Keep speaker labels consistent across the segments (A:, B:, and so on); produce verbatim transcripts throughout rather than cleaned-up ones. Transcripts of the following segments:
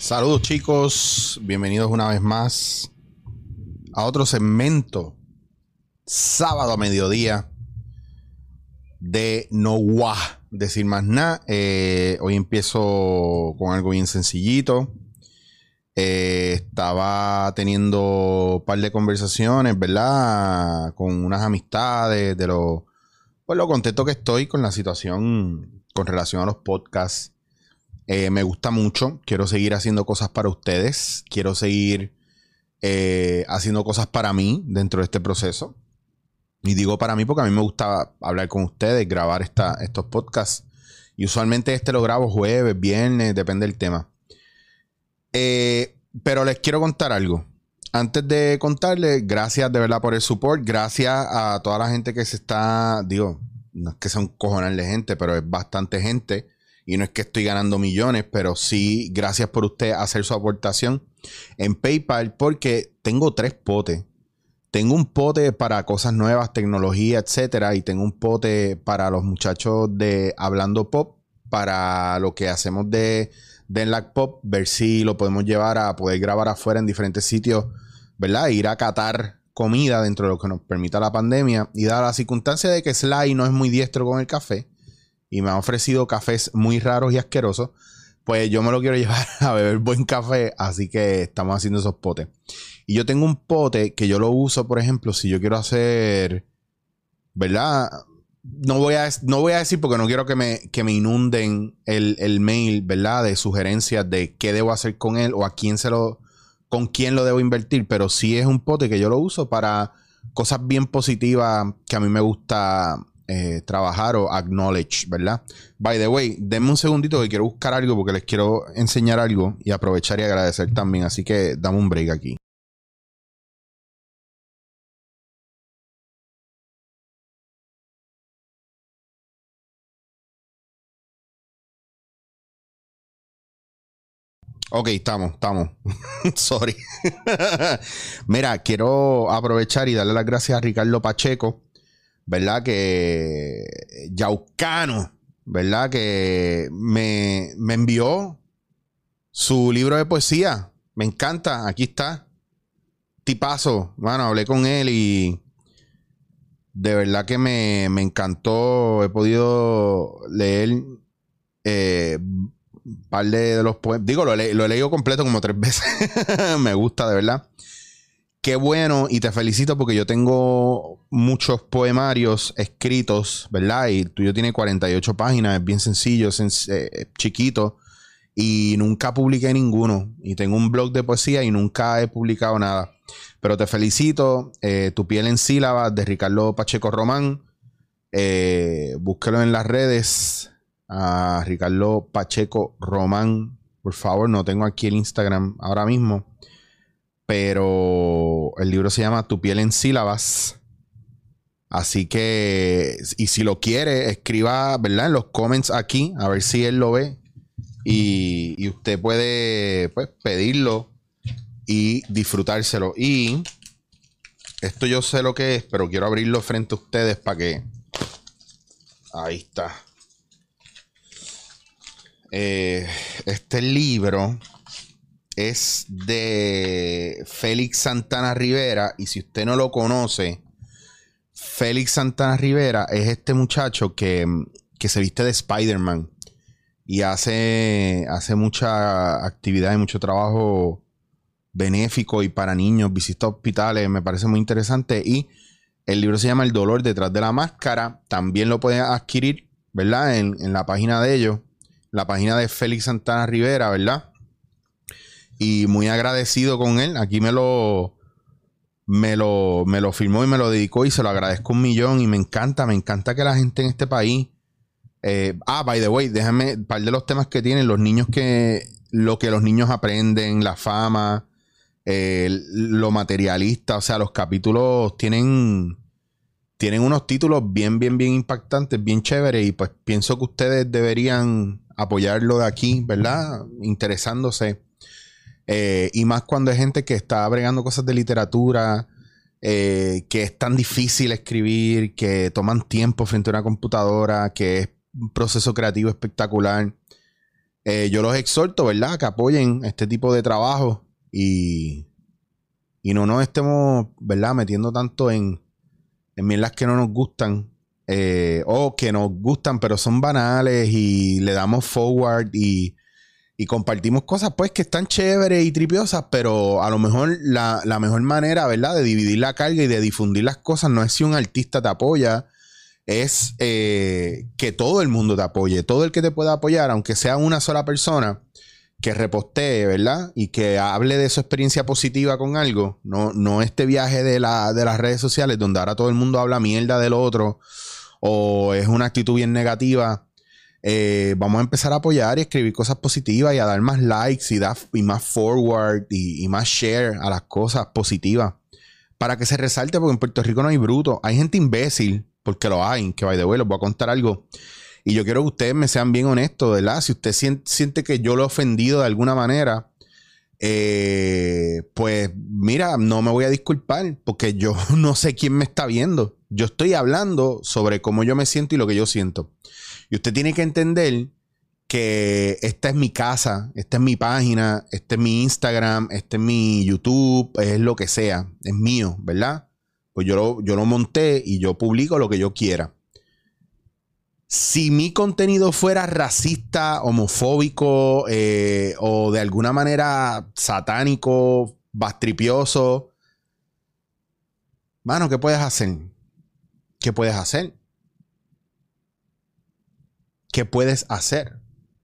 A: Saludos chicos, bienvenidos una vez más a otro segmento, sábado a mediodía, de No Voy a Decir Más Nada. Eh, hoy empiezo con algo bien sencillito. Eh, estaba teniendo un par de conversaciones, ¿verdad? Con unas amistades de lo, pues lo contento que estoy con la situación con relación a los podcasts. Eh, me gusta mucho, quiero seguir haciendo cosas para ustedes, quiero seguir eh, haciendo cosas para mí dentro de este proceso. Y digo para mí porque a mí me gusta hablar con ustedes, grabar esta, estos podcasts. Y usualmente este lo grabo jueves, viernes, depende del tema. Eh, pero les quiero contar algo. Antes de contarles, gracias de verdad por el support. Gracias a toda la gente que se está, digo, no es que sea un cojonal de gente, pero es bastante gente. Y no es que estoy ganando millones, pero sí, gracias por usted hacer su aportación en PayPal, porque tengo tres potes. Tengo un pote para cosas nuevas, tecnología, etcétera, y tengo un pote para los muchachos de Hablando Pop, para lo que hacemos de, de Enlac Pop, ver si lo podemos llevar a poder grabar afuera en diferentes sitios, ¿verdad? Ir a catar comida dentro de lo que nos permita la pandemia. Y dada la circunstancia de que Sly no es muy diestro con el café, y me ha ofrecido cafés muy raros y asquerosos, pues yo me lo quiero llevar a beber buen café, así que estamos haciendo esos potes. Y yo tengo un pote que yo lo uso, por ejemplo, si yo quiero hacer, ¿verdad? No voy a, no voy a decir porque no quiero que me, que me inunden el, el mail, ¿verdad? De sugerencias de qué debo hacer con él o a quién se lo, con quién lo debo invertir, pero sí es un pote que yo lo uso para cosas bien positivas que a mí me gusta Eh, trabajar o acknowledge, ¿verdad? By the way, denme un segundito que quiero buscar algo porque les quiero enseñar algo y aprovechar y agradecer también, así que dame un break aquí. Ok, estamos, estamos. Sorry. Mira, quiero aprovechar y darle las gracias a Ricardo Pacheco, ¿verdad? Que Yaucano, ¿verdad? Que me, me envió su libro de poesía. Me encanta, aquí está. Tipazo. Bueno, hablé con él y de verdad que me, me encantó. He podido leer eh, un par de, de los poemas. Digo, lo, le, lo he leído completo como tres veces. Me gusta, de verdad. Qué bueno y te felicito porque yo tengo muchos poemarios escritos, ¿verdad? Y el tuyo tiene cuarenta y ocho páginas, es bien sencillo, es eh, chiquito. Y nunca publiqué ninguno. Y tengo un blog de poesía y nunca he publicado nada. Pero te felicito. Eh, Tu piel en sílabas de Ricardo Pacheco Román. Eh, búsquelo en las redes. A Ricardo Pacheco Román. Por favor, no tengo aquí el Instagram ahora mismo. Pero el libro se llama Tu piel en sílabas. Así que, y si lo quiere, escriba, ¿verdad? En los comments aquí. A ver si él lo ve. Y, y usted puede pues, pedirlo y disfrutárselo. Y esto yo sé lo que es, pero quiero abrirlo frente a ustedes para que... Ahí está. Eh, este libro es de Félix Santana Rivera. Y si usted no lo conoce, Félix Santana Rivera es este muchacho que, que se viste de Spider-Man. Y hace, hace mucha actividad y mucho trabajo benéfico y para niños, visita hospitales, me parece muy interesante. Y el libro se llama El dolor detrás de la máscara. También lo pueden adquirir, ¿verdad? En, en la página de ellos, la página de Félix Santana Rivera, ¿verdad? Y muy agradecido con él. Aquí me lo, me lo, me lo firmó y me lo dedicó y se lo agradezco un millón. Y me encanta, me encanta que la gente en este país... Eh, ah, by the way, déjame un par de los temas que tienen los niños, que lo que los niños aprenden, la fama, eh, lo materialista, o sea, los capítulos tienen tienen unos títulos bien, bien, bien impactantes, bien chéveres, y pues pienso que ustedes deberían apoyarlo de aquí, ¿verdad? Interesándose, eh, y más cuando hay gente que está bregando cosas de literatura, eh, que es tan difícil escribir, que toman tiempo frente a una computadora, que es un proceso creativo espectacular. Eh, yo los exhorto, ¿verdad? Que apoyen este tipo de trabajo y, y no nos estemos, ¿verdad? Metiendo tanto en, en mierdas que no nos gustan eh, o que nos gustan pero son banales y le damos forward y, y compartimos cosas pues que están chéveres y tripiosas, pero a lo mejor la, la mejor manera, ¿verdad? De dividir la carga y de difundir las cosas no es si un artista te apoya, es eh, que todo el mundo te apoye, todo el que te pueda apoyar, aunque sea una sola persona que repostee, ¿verdad? Y que hable de su experiencia positiva con algo, no, no este viaje de, la, de las redes sociales donde ahora todo el mundo habla mierda del otro o es una actitud bien negativa. Eh, vamos a empezar a apoyar y escribir cosas positivas y a dar más likes y, dar, y más forward y, y más share a las cosas positivas para que se resalte, porque en Puerto Rico no hay bruto, hay gente imbécil, porque lo hay, que by the way, les voy a contar algo. Y yo quiero que ustedes me sean bien honestos, ¿verdad? Si usted siente, siente que yo lo he ofendido de alguna manera, eh, pues mira, no me voy a disculpar, porque yo no sé quién me está viendo. Yo estoy hablando sobre cómo yo me siento y lo que yo siento. Y usted tiene que entender que esta es mi casa, esta es mi página, este es mi Instagram, este es mi YouTube, es lo que sea, es mío, ¿verdad? Pues yo lo, yo lo monté y yo publico lo que yo quiera. Si mi contenido fuera racista, homofóbico eh, o de alguna manera satánico, bastripioso, mano, ¿qué puedes hacer? ¿Qué puedes hacer? ¿Qué puedes hacer?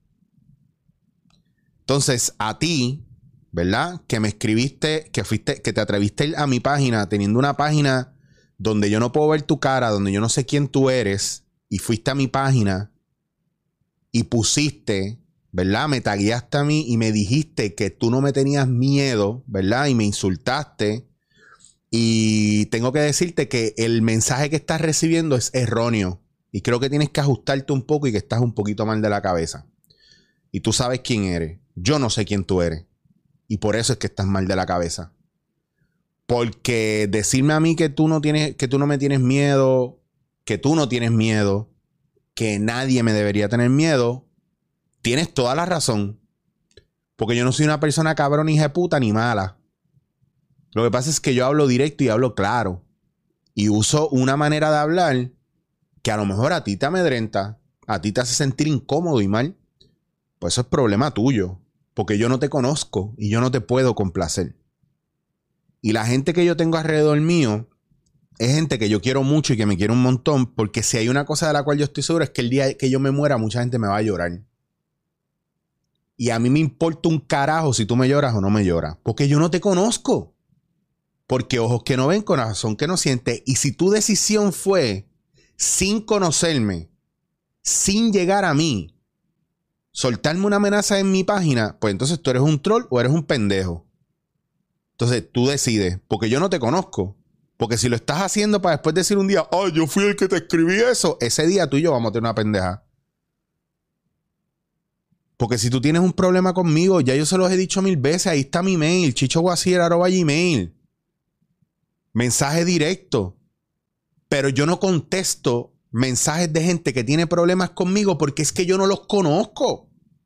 A: Entonces, a ti, ¿verdad? Que me escribiste, que fuiste, que te atreviste a mi página, teniendo una página donde yo no puedo ver tu cara, donde yo no sé quién tú eres, y fuiste a mi página y pusiste, ¿verdad? Me tagueaste a mí y me dijiste que tú no me tenías miedo, ¿verdad? Y me insultaste. Y tengo que decirte que el mensaje que estás recibiendo es erróneo. Y creo que tienes que ajustarte un poco y que estás un poquito mal de la cabeza. Y tú sabes quién eres. Yo no sé quién tú eres. Y por eso es que estás mal de la cabeza. Porque decirme a mí que tú no tienes, que tú no me tienes miedo, que tú no tienes miedo, que nadie me debería tener miedo, tienes toda la razón. Porque yo no soy una persona cabrón, hija de puta, ni mala. Lo que pasa es que yo hablo directo y hablo claro. Y uso una manera de hablar que a lo mejor a ti te amedrenta, a ti te hace sentir incómodo y mal. Pues eso es problema tuyo. Porque yo no te conozco y yo no te puedo complacer. Y la gente que yo tengo alrededor mío es gente que yo quiero mucho y que me quiere un montón. Porque si hay una cosa de la cual yo estoy seguro es que el día que yo me muera, mucha gente me va a llorar. Y a mí me importa un carajo si tú me lloras o no me lloras. Porque yo no te conozco. Porque ojos que no ven, corazón que no siente. Y si tu decisión fue, sin conocerme, sin llegar a mí, soltarme una amenaza en mi página, pues entonces tú eres un troll o eres un pendejo. Entonces tú decides, porque yo no te conozco. Porque si lo estás haciendo para después decir un día, oh, yo fui el que te escribí eso, ese día tú y yo vamos a tener una pendeja. Porque si tú tienes un problema conmigo, ya yo se los he dicho mil veces, ahí está mi mail, chichoguasier arroba gmail. Mensaje directo. Pero yo no contesto mensajes de gente que tiene problemas conmigo porque es que yo no los conozco.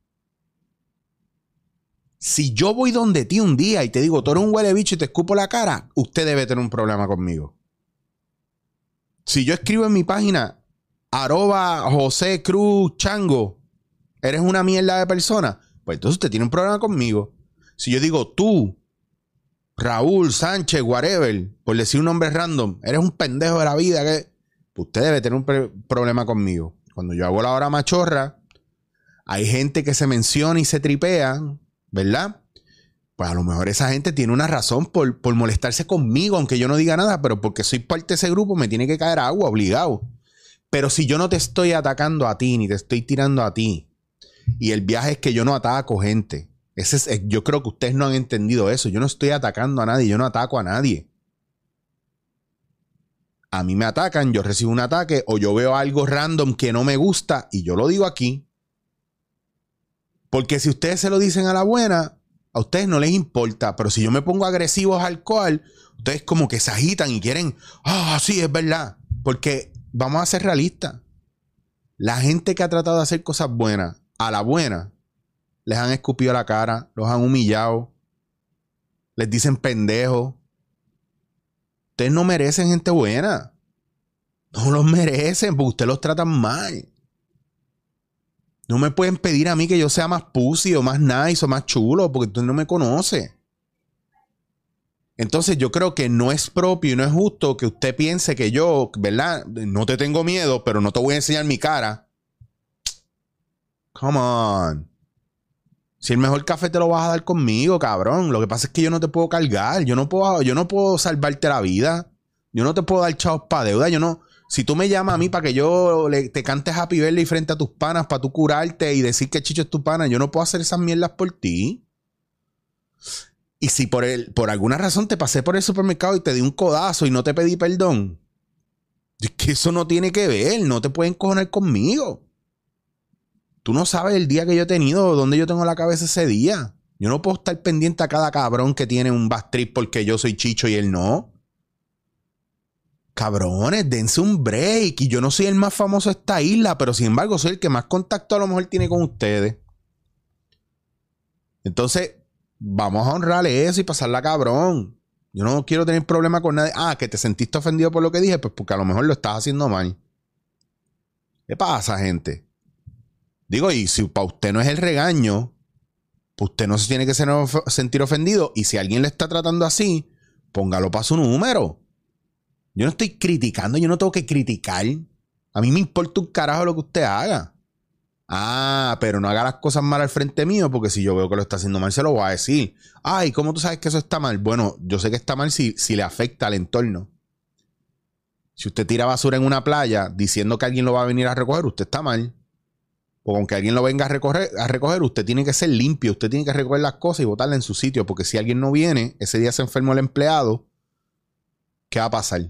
A: Si yo voy donde ti un día y te digo, tú eres un huele bicho y te escupo la cara, usted debe tener un problema conmigo. Si yo escribo en mi página, arroba José Cruz Chango, eres una mierda de persona, pues entonces usted tiene un problema conmigo. Si yo digo, tú, Raúl Sánchez, whatever, por decir un nombre random, eres un pendejo de la vida, que usted debe tener un problema conmigo. Cuando yo hago la hora machorra, hay gente que se menciona y se tripea, ¿verdad? Pues a lo mejor esa gente tiene una razón por, por molestarse conmigo, aunque yo no diga nada, pero porque soy parte de ese grupo me tiene que caer agua, obligado. Pero si yo no te estoy atacando a ti, ni te estoy tirando a ti, y el viaje es que yo no ataco gente. Ese es, yo creo que ustedes no han entendido eso. Yo no estoy atacando a nadie, yo no ataco a nadie. A mí me atacan, yo recibo un ataque o yo veo algo random que no me gusta y yo lo digo aquí. Porque si ustedes se lo dicen a la buena, a ustedes no les importa. Pero si yo me pongo agresivos al cual, ustedes como que se agitan y quieren, ah, sí, es verdad. Porque vamos a ser realistas. La gente que ha tratado de hacer cosas buenas, a la buena, les han escupido a la cara, los han humillado, les dicen pendejos. Ustedes no merecen gente buena. No los merecen porque ustedes los tratan mal. No me pueden pedir a mí que yo sea más pussy o más nice o más chulo porque tú no me conoces. Entonces yo creo que no es propio y no es justo que usted piense que yo, ¿verdad? No te tengo miedo, pero no te voy a enseñar mi cara. Come on. Si el mejor café te lo vas a dar conmigo, cabrón. Lo que pasa es que yo no te puedo cargar. Yo no puedo, yo no puedo salvarte la vida. Yo no te puedo dar chavos para deuda. Yo no... Si tú me llamas a mí para que yo le, te cante Happy Birthday frente a tus panas para tú curarte y decir que Chicho es tu pana, yo no puedo hacer esas mierdas por ti. Y si por, el, por alguna razón te pasé por el supermercado y te di un codazo y no te pedí perdón, es que eso no tiene que ver. No te pueden encojonar conmigo. Tú no sabes el día que yo he tenido, dónde yo tengo la cabeza ese día. Yo no puedo estar pendiente a cada cabrón que tiene un bad trip porque yo soy Chicho y él no. Cabrones, dense un break. Y yo no soy el más famoso de esta isla, pero sin embargo soy el que más contacto a lo mejor tiene con ustedes. Entonces, vamos a honrarle eso y pasarla cabrón. Yo no quiero tener problema con nadie. Ah, que te sentiste ofendido por lo que dije, pues porque a lo mejor lo estás haciendo mal. ¿Qué pasa, gente? Digo, y si para usted no es el regaño, pues usted no se tiene que sentir ofendido. Y si alguien le está tratando así, póngalo para su número. Yo no estoy criticando, yo no tengo que criticar. A mí me importa un carajo lo que usted haga. Ah, pero no haga las cosas mal al frente mío, porque si yo veo que lo está haciendo mal, se lo voy a decir. Ay, ¿cómo tú sabes que eso está mal? Bueno, yo sé que está mal si, si le afecta al entorno. Si usted tira basura en una playa diciendo que alguien lo va a venir a recoger, usted está mal. O aunque alguien lo venga a recoger, a recoger, usted tiene que ser limpio. Usted tiene que recoger las cosas y botarlas en su sitio, porque si alguien no viene, ese día se enfermó el empleado, ¿qué va a pasar?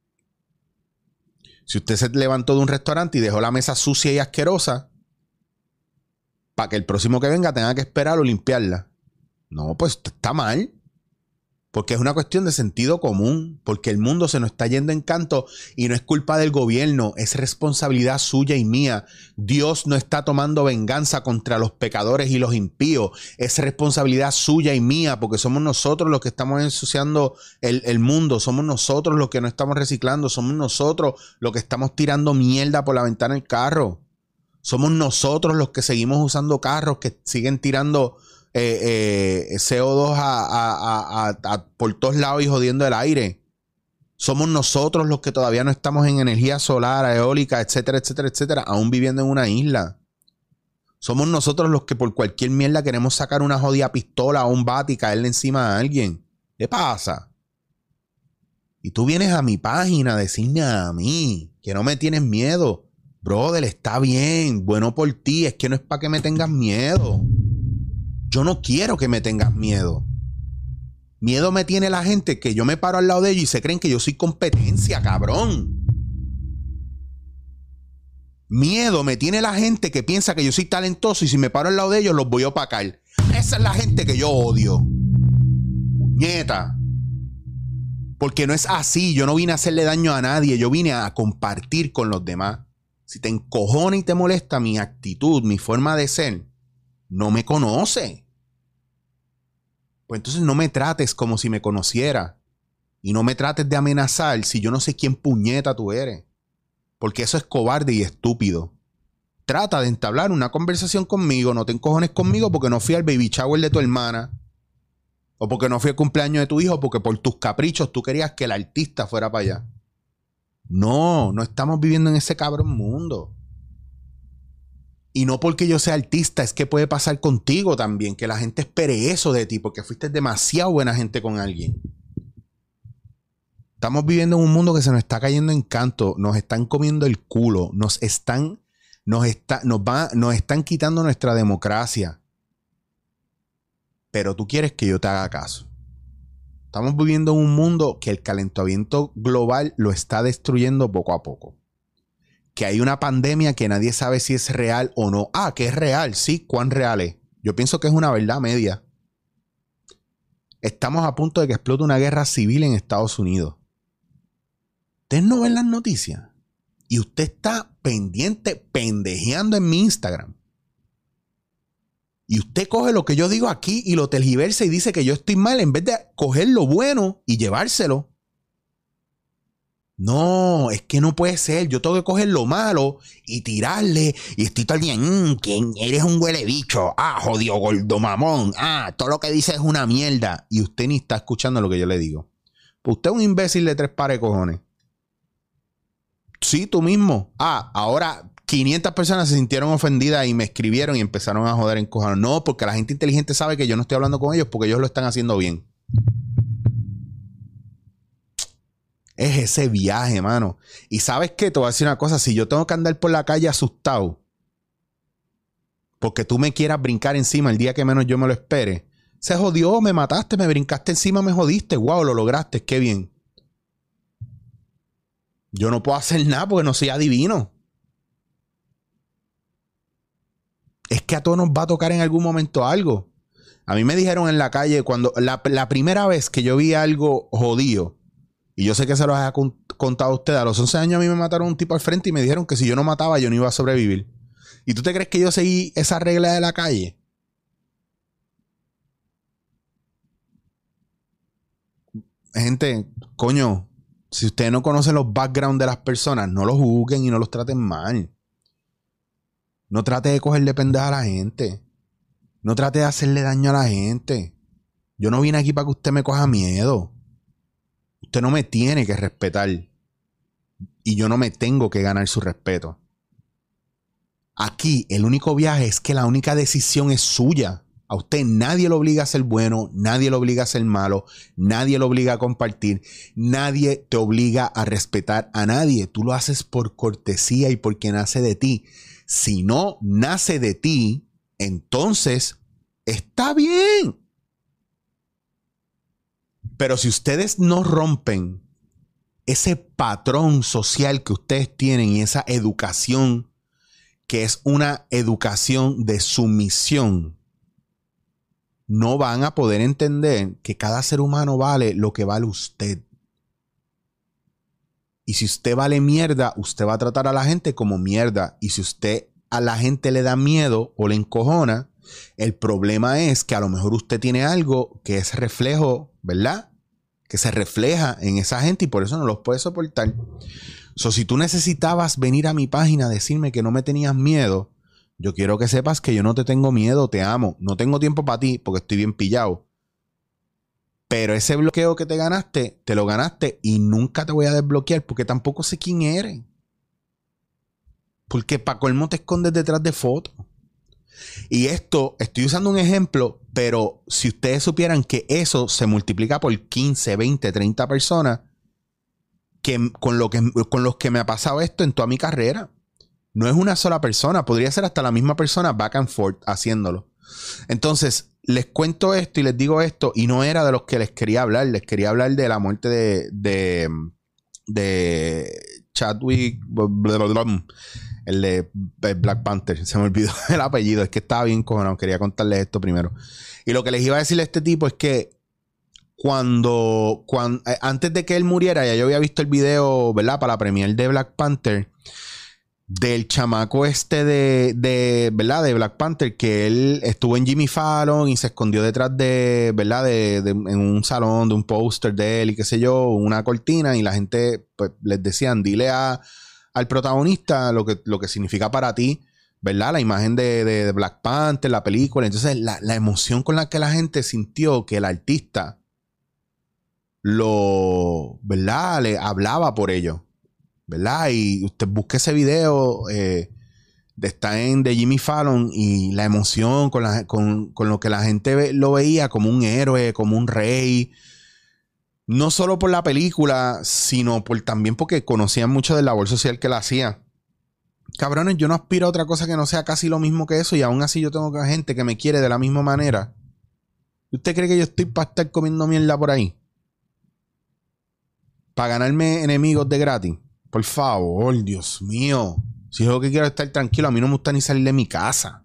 A: Si usted se levantó de un restaurante y dejó la mesa sucia y asquerosa, para que el próximo que venga tenga que esperar o limpiarla. No, pues está mal. Porque es una cuestión de sentido común. Porque el mundo se nos está yendo en canto y no es culpa del gobierno. Es responsabilidad suya y mía. Dios no está tomando venganza contra los pecadores y los impíos. Es responsabilidad suya y mía porque somos nosotros los que estamos ensuciando el, el mundo. Somos nosotros los que no estamos reciclando. Somos nosotros los que estamos tirando mierda por la ventana del carro. Somos nosotros los que seguimos usando carros que siguen tirando eh, eh, C O dos a, a, a, a, por todos lados y jodiendo el aire. Somos nosotros los que todavía no estamos en energía solar, eólica, etcétera, etcétera, etcétera, aún viviendo en una isla. Somos nosotros los que por cualquier mierda queremos sacar una jodida pistola o un bate y caerle encima a alguien. ¿Qué pasa? Y tú vienes a mi página a decirme a mí que no me tienes miedo. Brother, está bien, bueno por ti, es que no es para que me tengas miedo. Yo no quiero que me tengas miedo. Miedo me tiene la gente que yo me paro al lado de ellos y se creen que yo soy competencia, cabrón. Miedo me tiene la gente que piensa que yo soy talentoso y si me paro al lado de ellos los voy a opacar. Esa es la gente que yo odio. Puñeta. Porque no es así, yo no vine a hacerle daño a nadie, yo vine a compartir con los demás. Si te encojona y te molesta mi actitud, mi forma de ser, no me conoce. Pues entonces no me trates como si me conociera. Y no me trates de amenazar si yo no sé quién puñeta tú eres. Porque eso es cobarde y estúpido. Trata de entablar una conversación conmigo, no te encojones conmigo porque no fui al baby shower de tu hermana. O porque no fui al cumpleaños de tu hijo, porque por tus caprichos tú querías que el artista fuera para allá. No, no estamos viviendo en ese cabrón mundo. Y no porque yo sea artista, es que puede pasar contigo también, que la gente espere eso de ti, porque fuiste demasiado buena gente con alguien. Estamos viviendo en un mundo que se nos está cayendo en canto, nos están comiendo el culo, nos están, nos está, nos va, nos están quitando nuestra democracia. Pero tú quieres que yo te haga caso. Estamos viviendo en un mundo que el calentamiento global lo está destruyendo poco a poco. Que hay una pandemia que nadie sabe si es real o no. Ah, que es real. Sí, ¿cuán real es? Yo pienso que es una verdad media. Estamos a punto de que explote una guerra civil en Estados Unidos. Ustedes no ven las noticias. Y usted está pendiente, pendejeando en mi Instagram. Y usted coge lo que yo digo aquí y lo tergiversa y dice que yo estoy mal en vez de coger lo bueno y llevárselo. No, es que no puede ser. Yo tengo que coger lo malo y tirarle. Y estoy todo el día, mmm, ¿quién eres un huele bicho? Ah, jodido gordo mamón. Ah, todo lo que dice es una mierda. Y usted ni está escuchando lo que yo le digo. Pues usted es un imbécil de tres pares de cojones. Sí, tú mismo. Ah, ahora quinientas personas se sintieron ofendidas y me escribieron y empezaron a joder en cojones. No, porque la gente inteligente sabe que yo no estoy hablando con ellos porque ellos lo están haciendo bien. Es ese viaje, mano. Y ¿sabes qué? Te voy a decir una cosa. Si yo tengo que andar por la calle asustado porque tú me quieras brincar encima el día que menos yo me lo espere, se jodió, me mataste, me brincaste encima, me jodiste. Wow, lo lograste, qué bien. Yo no puedo hacer nada porque no soy adivino. Es que a todos nos va a tocar en algún momento algo. A mí me dijeron en la calle, cuando la, la primera vez que yo vi algo jodido, y yo sé que se los he contado a ustedes, a los once años a mí me mataron un tipo al frente y me dijeron que si yo no mataba yo no iba a sobrevivir. ¿Y tú te crees que yo seguí esa regla de la calle? Gente, coño, si ustedes no conocen los backgrounds de las personas, no los juzguen y no los traten mal. No trate de cogerle pendeja a la gente. No trate de hacerle daño a la gente. Yo no vine aquí para que usted me coja miedo. Usted no me tiene que respetar. Y yo no me tengo que ganar su respeto. Aquí el único viaje es que la única decisión es suya. A usted nadie lo obliga a ser bueno, nadie lo obliga a ser malo, nadie lo obliga a compartir, nadie te obliga a respetar a nadie. Tú lo haces por cortesía y porque nace de ti. Si no nace de ti, entonces está bien. Pero si ustedes no rompen ese patrón social que ustedes tienen y esa educación que es una educación de sumisión, no van a poder entender que cada ser humano vale lo que vale usted. Y si usted vale mierda, usted va a tratar a la gente como mierda. Y si usted a la gente le da miedo o le encojona, el problema es que a lo mejor usted tiene algo que es reflejo, ¿verdad? Que se refleja en esa gente y por eso no los puede soportar. So, si tú necesitabas venir a mi página a decirme que no me tenías miedo, yo quiero que sepas que yo no te tengo miedo, te amo. No tengo tiempo para ti porque estoy bien pillado. Pero ese bloqueo que te ganaste, te lo ganaste y nunca te voy a desbloquear porque tampoco sé quién eres. Porque para colmo te escondes detrás de fotos. Y esto, estoy usando un ejemplo, pero si ustedes supieran que eso se multiplica por quince, veinte, treinta personas, que, con, lo que, con los que me ha pasado esto en toda mi carrera. No es una sola persona, podría ser hasta la misma persona back and forth haciéndolo. Entonces, les cuento esto y les digo esto, y no era de los que les quería hablar, les quería hablar de la muerte de, de, de Chadwick, bla, bla, bla, el de Black Panther. Se me olvidó el apellido, es que estaba bien cojonado, quería contarles esto primero. Y lo que les iba a decir a este tipo es que cuando, cuando eh, antes de que él muriera, ya yo había visto el video, ¿verdad? Para la premiere de Black Panther, del chamaco este de, de, ¿verdad? De Black Panther, que él estuvo en Jimmy Fallon y se escondió detrás de, ¿verdad? De, de, en un salón, de un póster de él y qué sé yo, una cortina, y la gente, pues, les decían, dile a, al protagonista lo que, lo que significa para ti, ¿verdad? La imagen de, de, de Black Panther, la película. Entonces, la, la emoción con la que la gente sintió que el artista lo, ¿verdad? Le hablaba por ello, ¿verdad? Y usted busque ese video, eh, está en de Jimmy Fallon, y la emoción con, la, con, con lo que la gente ve, lo veía como un héroe, como un rey, no solo por la película, sino por, también porque conocían mucho de la labor social que él hacía. Cabrones, yo no aspiro a otra cosa que no sea casi lo mismo que eso, y aún así yo tengo gente que me quiere de la misma manera. ¿Usted cree que yo estoy para estar comiendo mierda por ahí? ¿Para ganarme enemigos de gratis? Por favor, Dios mío. Si yo lo que quiero es estar tranquilo, a mí no me gusta ni salir de mi casa.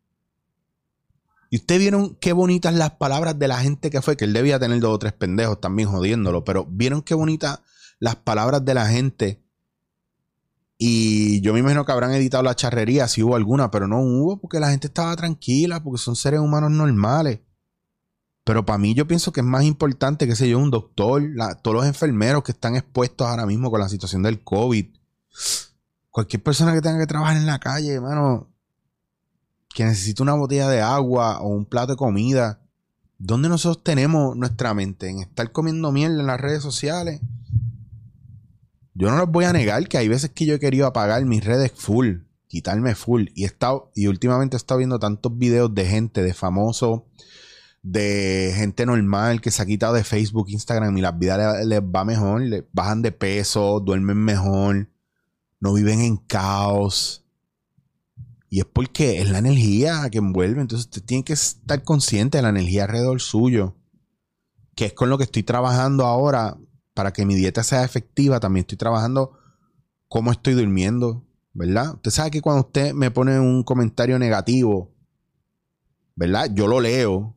A: Y ustedes vieron qué bonitas las palabras de la gente que fue, que él debía tener dos o tres pendejos también jodiéndolo, pero vieron qué bonitas las palabras de la gente Y yo me imagino que habrán editado la charrería, si hubo alguna, pero no hubo porque la gente estaba tranquila, porque son seres humanos normales. Pero para mí yo pienso que es más importante, qué sé yo, un doctor, la, todos los enfermeros que están expuestos ahora mismo con la situación del COVID. Cualquier persona que tenga que trabajar en la calle, hermano, que necesite una botella de agua o un plato de comida. ¿Dónde nosotros tenemos nuestra mente? ¿En estar comiendo mierda en las redes sociales? Yo no les voy a negar que hay veces que yo he querido apagar mis redes full, quitarme full. Y he estado, y últimamente he estado viendo tantos videos de gente, de famosos, de gente normal que se ha quitado de Facebook, Instagram y las vidas les, les va mejor, les bajan de peso, duermen mejor, no viven en caos. Y es porque es la energía que envuelve. Entonces usted tiene que estar consciente de la energía alrededor suyo, que es con lo que estoy trabajando ahora para que mi dieta sea efectiva. También estoy trabajando cómo estoy durmiendo, ¿verdad? Usted sabe que cuando usted me pone un comentario negativo, ¿verdad? Yo lo leo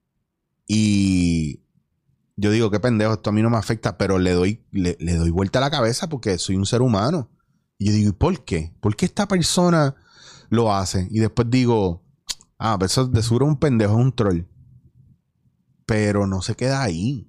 A: y yo digo, qué pendejo, esto a mí no me afecta, pero le doy, le, le doy vuelta a la cabeza porque soy un ser humano. Y yo digo, ¿y por qué? ¿Por qué esta persona lo hace? Y después digo, ah, pero eso de seguro es un pendejo, es un troll. Pero no se queda ahí.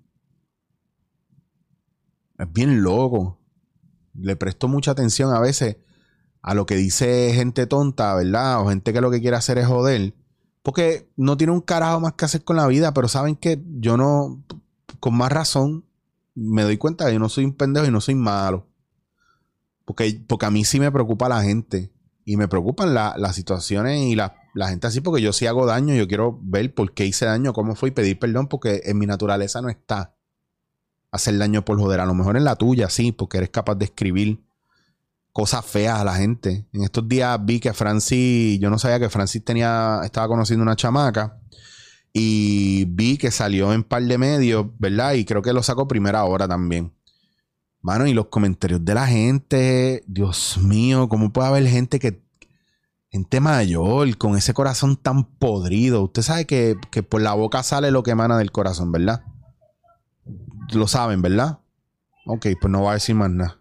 A: Es bien loco. Le presto mucha atención a veces a lo que dice gente tonta, ¿verdad? O gente que lo que quiere hacer es joder. Porque no tiene un carajo más que hacer con la vida, pero saben que yo no, con más razón, me doy cuenta que yo no soy un pendejo y no soy malo. Porque, porque a mí sí me preocupa la gente. Y me preocupan la, las situaciones y la, la gente así, porque yo sí hago daño. Yo quiero ver por qué hice daño, cómo fue y pedir perdón, porque en mi naturaleza no está hacer daño por joder. A lo mejor en la tuya sí, porque eres capaz de escribir cosas feas a la gente. En estos días vi que Francis, yo no sabía que Francis tenía, estaba conociendo una chamaca. Y vi que salió en par de medios, ¿verdad? Y creo que lo sacó primera hora también. Mano, y los comentarios de la gente, Dios mío, ¿cómo puede haber gente que, gente mayor, con ese corazón tan podrido? Usted sabe que, que por la boca sale lo que emana del corazón, ¿verdad? Lo saben, ¿verdad? Ok, pues no voy a decir más nada.